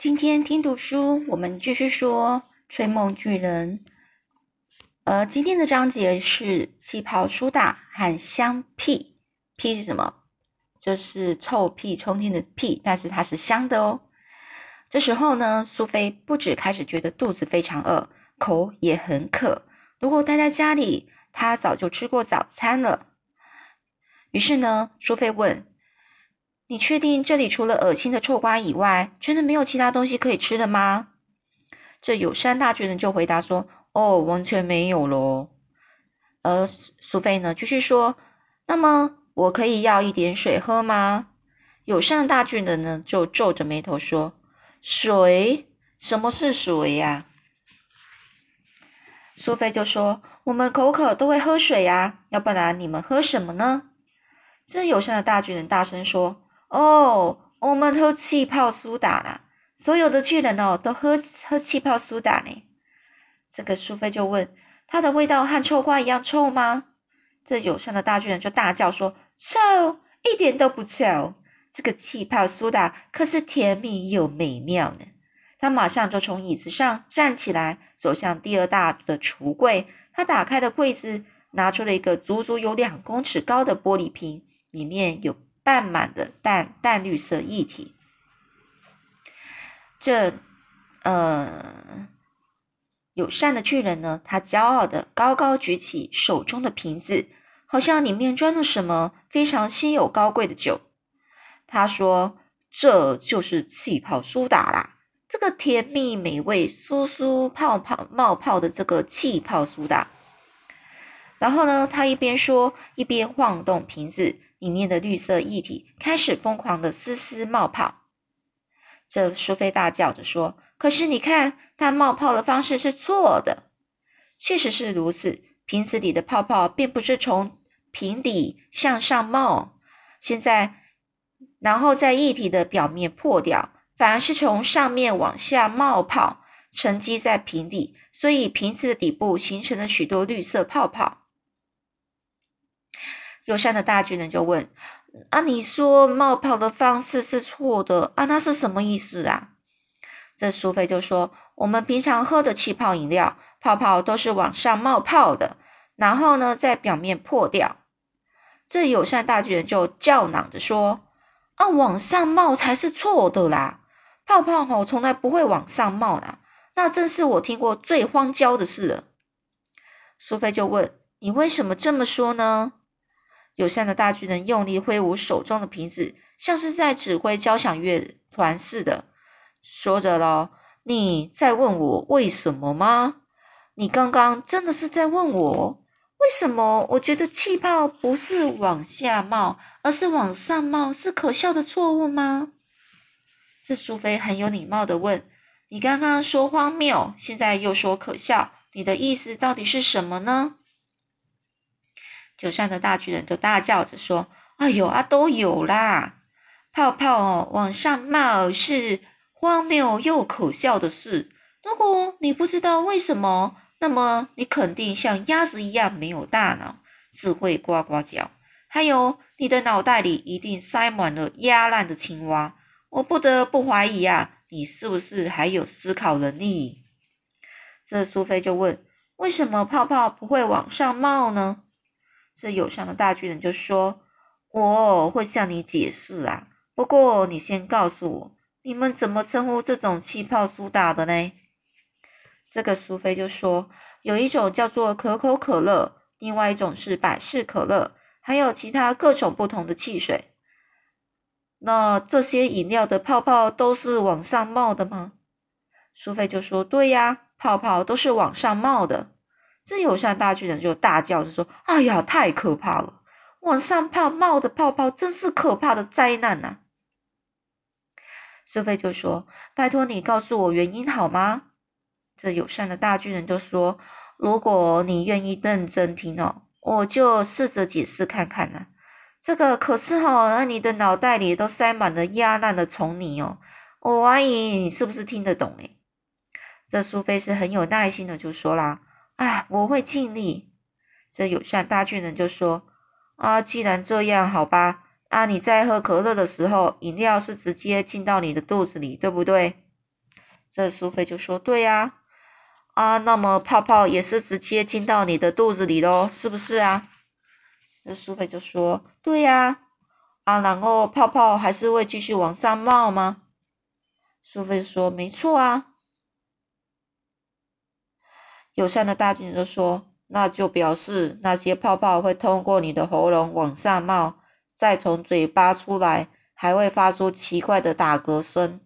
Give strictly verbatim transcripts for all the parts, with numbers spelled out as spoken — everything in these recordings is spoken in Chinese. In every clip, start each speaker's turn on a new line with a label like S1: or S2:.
S1: 今天听读书，我们继续说吹梦巨人。呃，今天的章节是气泡苏打和香屁。屁是什么？就是臭屁冲天的屁，但是它是香的哦。这时候呢，苏菲不止开始觉得肚子非常饿，口也很渴。如果待在家里，她早就吃过早餐了。于是呢，苏菲问：你确定这里除了恶心的臭瓜以外，真的没有其他东西可以吃的吗？这友善大巨人就回答说：哦，完全没有咯。而苏菲呢，继续说：那么我可以要一点水喝吗？友善的大巨人呢，就皱着眉头说：水？什么是水呀？苏菲就说：我们口渴都会喝水呀，要不然你们喝什么呢？这友善的大巨人大声说：哦，我们喝气泡苏打啦！所有的巨人哦，都喝喝气泡苏打呢。这个苏菲就问：它的味道和臭瓜一样臭吗？这友善的大巨人就大叫说：臭，一点都不臭！这个气泡苏打可是甜蜜又美妙呢。他马上就从椅子上站起来，走向第二大的橱柜。他打开了柜子，拿出了一个足足有两公尺高的玻璃瓶，里面有半满的淡淡绿色液体。这，呃，友善的巨人呢，他骄傲的高高举起手中的瓶子，好像里面装了什么非常稀有高贵的酒。他说：这就是气泡苏打啦。这个甜蜜美味、酥酥泡泡冒泡的这个气泡苏打。然后呢，他一边说，一边晃动瓶子，里面的绿色液体开始疯狂的嘶嘶冒泡。这苏菲大叫着说：可是你看，它冒泡的方式是错的。确实是如此，瓶子里的泡泡并不是从瓶底向上冒，现在然后在液体的表面破掉，反而是从上面往下冒泡，沉积在瓶底，所以瓶子的底部形成了许多绿色泡泡。友善的大巨人就问：啊，你说冒泡的方式是错的啊，那是什么意思啊？这苏菲就说：我们平常喝的气泡饮料，泡泡都是往上冒泡的，然后呢，在表面破掉。这友善大巨人就叫嚷着说：啊，往上冒才是错的啦！泡泡吼从来不会往上冒啦，那真是我听过最荒谬的事了。苏菲就问：你为什么这么说呢？友善的大巨人用力挥舞手中的瓶子，像是在指挥交响乐团似的，说着咯：你在问我为什么吗？你刚刚真的是在问我，为什么我觉得气泡不是往下冒，而是往上冒，是可笑的错误吗？这苏菲很有礼貌的问：你刚刚说荒谬，现在又说可笑，你的意思到底是什么呢？友善的大巨人就大叫着说：哎呦啊，都有啦！泡泡哦往上冒是荒谬又可笑的事。如果你不知道为什么，那么你肯定像鸭子一样没有大脑，只会呱呱叫。还有，你的脑袋里一定塞满了压烂的青蛙。我不得不怀疑啊，你是不是还有思考能力？这苏菲就问：为什么泡泡不会往上冒呢？这友善的大巨人就说：我会向你解释啊，不过你先告诉我，你们怎么称呼这种气泡苏打的呢？这个苏菲就说：有一种叫做可口可乐，另外一种是百事可乐，还有其他各种不同的汽水。那这些饮料的泡泡都是往上冒的吗？苏菲就说：对呀，泡泡都是往上冒的。这友善大巨人就大叫着说：哎呀，太可怕了！往上泡冒的泡泡真是可怕的灾难啊！苏菲就说：拜托你告诉我原因好吗？这友善的大巨人就说：如果你愿意认真听哦，我就试着解释看看啊。这个可是哦，你的脑袋里都塞满了压烂的虫泥哦，我怀疑你是不是听得懂诶。这苏菲是很有耐心的就说啦：啊，我会尽力。这友善大巨人就说：啊，既然这样，好吧，啊，你在喝可乐的时候，饮料是直接进到你的肚子里，对不对？ 这苏菲就说：“对呀，啊，那么泡泡也是直接进到你的肚子里咯，是不是啊？”这苏菲就说：“对呀，啊，然后泡泡还是会继续往上冒吗？”苏菲说：“没错啊。”友善的大巨人就说：“那就表示那些泡泡会通过你的喉咙往上冒，再从嘴巴出来，还会发出奇怪的打嗝声。”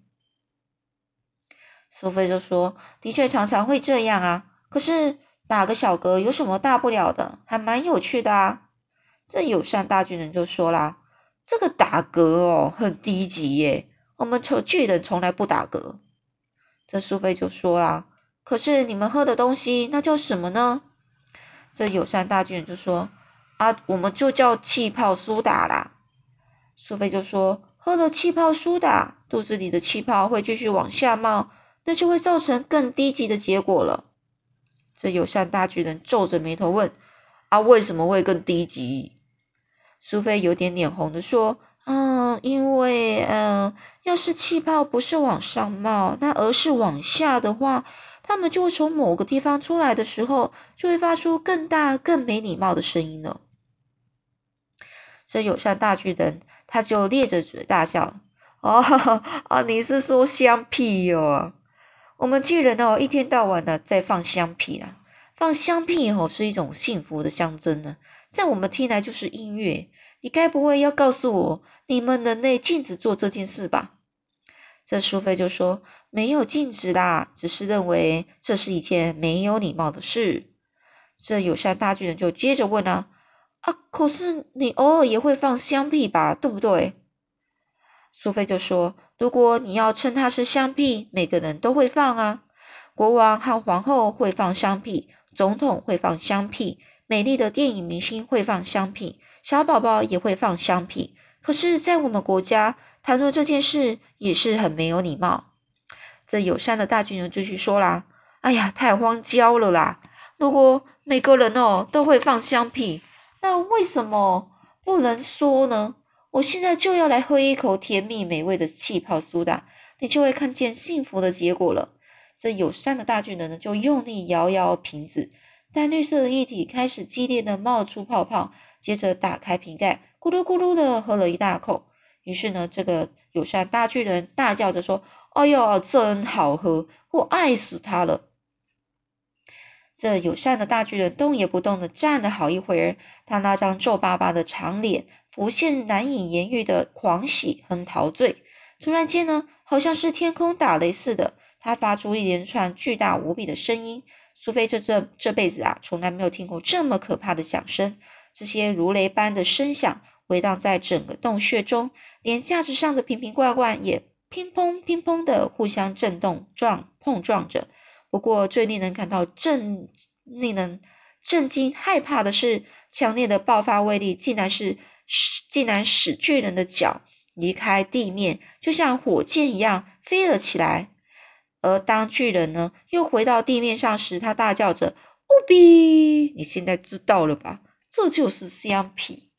S1: 苏菲就说：“的确常常会这样啊，可是打个小嗝有什么大不了的，还蛮有趣的啊。”这友善大巨人就说啦：“这个打嗝哦，很低级耶，我们丑巨人从来不打嗝。”这苏菲就说啦：“可是你们喝的东西那叫什么呢？”这友善大巨人就说：“啊，我们就叫气泡苏打啦。”苏菲就说：“喝了气泡苏打，肚子里的气泡会继续往下冒，那就会造成更低级的结果了。”这友善大巨人皱着眉头问：“啊，为什么会更低级？”苏菲有点脸红的说：“嗯，因为嗯，要是气泡不是往上冒，那而是往下的话，它们就会从某个地方出来的时候，就会发出更大、更没礼貌的声音了。”这友善大巨人他就咧着嘴大笑：“哦啊，你是说香屁哦？我们巨人哦，一天到晚的在放香屁啦，放香屁哦是一种幸福的象征呢，在我们听来就是音乐。你该不会要告诉我，你们人类禁止做这件事吧？”这苏菲就说：“没有禁止啦，只是认为这是一件没有礼貌的事。”这友善大巨人就接着问啊：“啊，可是你偶尔也会放香屁吧，对不对？”苏菲就说：“如果你要称它是香屁，每个人都会放啊。国王和皇后会放香屁，总统会放香屁，美丽的电影明星会放香屁，小宝宝也会放香屁。可是，在我们国家谈论这件事也是很没有礼貌。”这友善的大巨人继续说啦：“哎呀，太荒郊了啦！如果每个人哦都会放香屁，那为什么不能说呢？我现在就要来喝一口甜蜜美味的气泡苏打，你就会看见幸福的结果了。”这友善的大巨人呢，就用力摇摇瓶子，淡绿色的液体开始激烈的冒出泡泡，接着打开瓶盖，咕噜咕噜的喝了一大口。于是呢，这个友善大巨人大叫着说：“哎呦，真好喝，我爱死它了！”这友善的大巨人动也不动的站了好一会儿，他那张皱巴巴的长脸浮现难以言喻的狂喜和陶醉。突然间呢，好像是天空打雷似的，他发出一连串巨大无比的声音。苏菲这这这辈子啊，从来没有听过这么可怕的响声。这些如雷般的声响回荡在整个洞穴中，连架子上的瓶瓶罐罐也乒乓乒乓的互相震动撞碰撞着。不过，最令人感到震、令人震惊、害怕的是，强烈的爆发威力竟然是竟然使巨人的脚离开地面，就像火箭一样飞了起来。而当巨人呢又回到地面上时，他大叫着：“乌比！你现在知道了吧？这就是香皮。”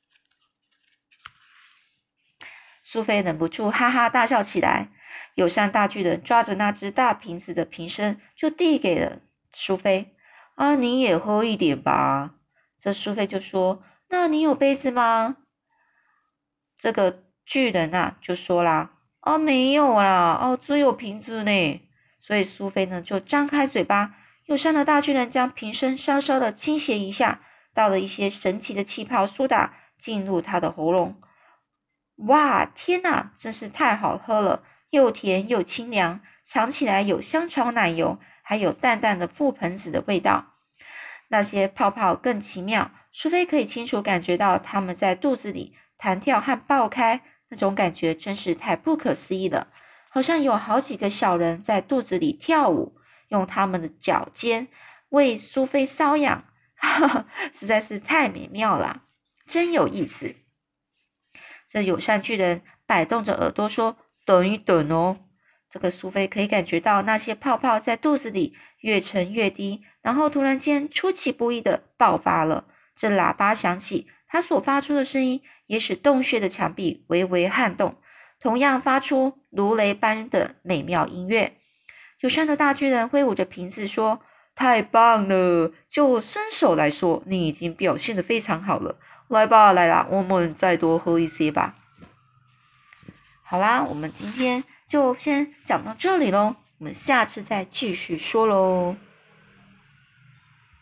S1: 苏菲忍不住哈哈大笑起来。友善大巨人抓着那只大瓶子的瓶身，就递给了苏菲：“啊，你也喝一点吧。”这苏菲就说：“那你有杯子吗？”这个巨人啊就说啦：“啊，没有啦，哦，只有瓶子呢。”所以苏菲呢就张开嘴巴，友善的大巨人将瓶身稍稍的倾斜一下，倒了一些神奇的气泡苏打进入他的喉咙。哇，天哪，真是太好喝了！又甜又清凉，尝起来有香草奶油，还有淡淡的覆盆子的味道。那些泡泡更奇妙，苏菲可以清楚感觉到它们在肚子里弹跳和爆开，那种感觉真是太不可思议了，好像有好几个小人在肚子里跳舞，用他们的脚尖为苏菲搔痒，哈哈，实在是太美妙了，真有意思。这友善巨人摆动着耳朵说：“等一等哦。”这个苏菲可以感觉到那些泡泡在肚子里越沉越低，然后突然间出其不意的爆发了。这喇叭响起，它所发出的声音也使洞穴的墙壁微微撼动，同样发出如雷般的美妙音乐。 友善的大巨人挥舞着瓶子说：“太棒了！就身手来说，你已经表现得非常好了。来吧，来啦，我们再多喝一些吧。”好啦，我们今天就先讲到这里咯，我们下次再继续说咯。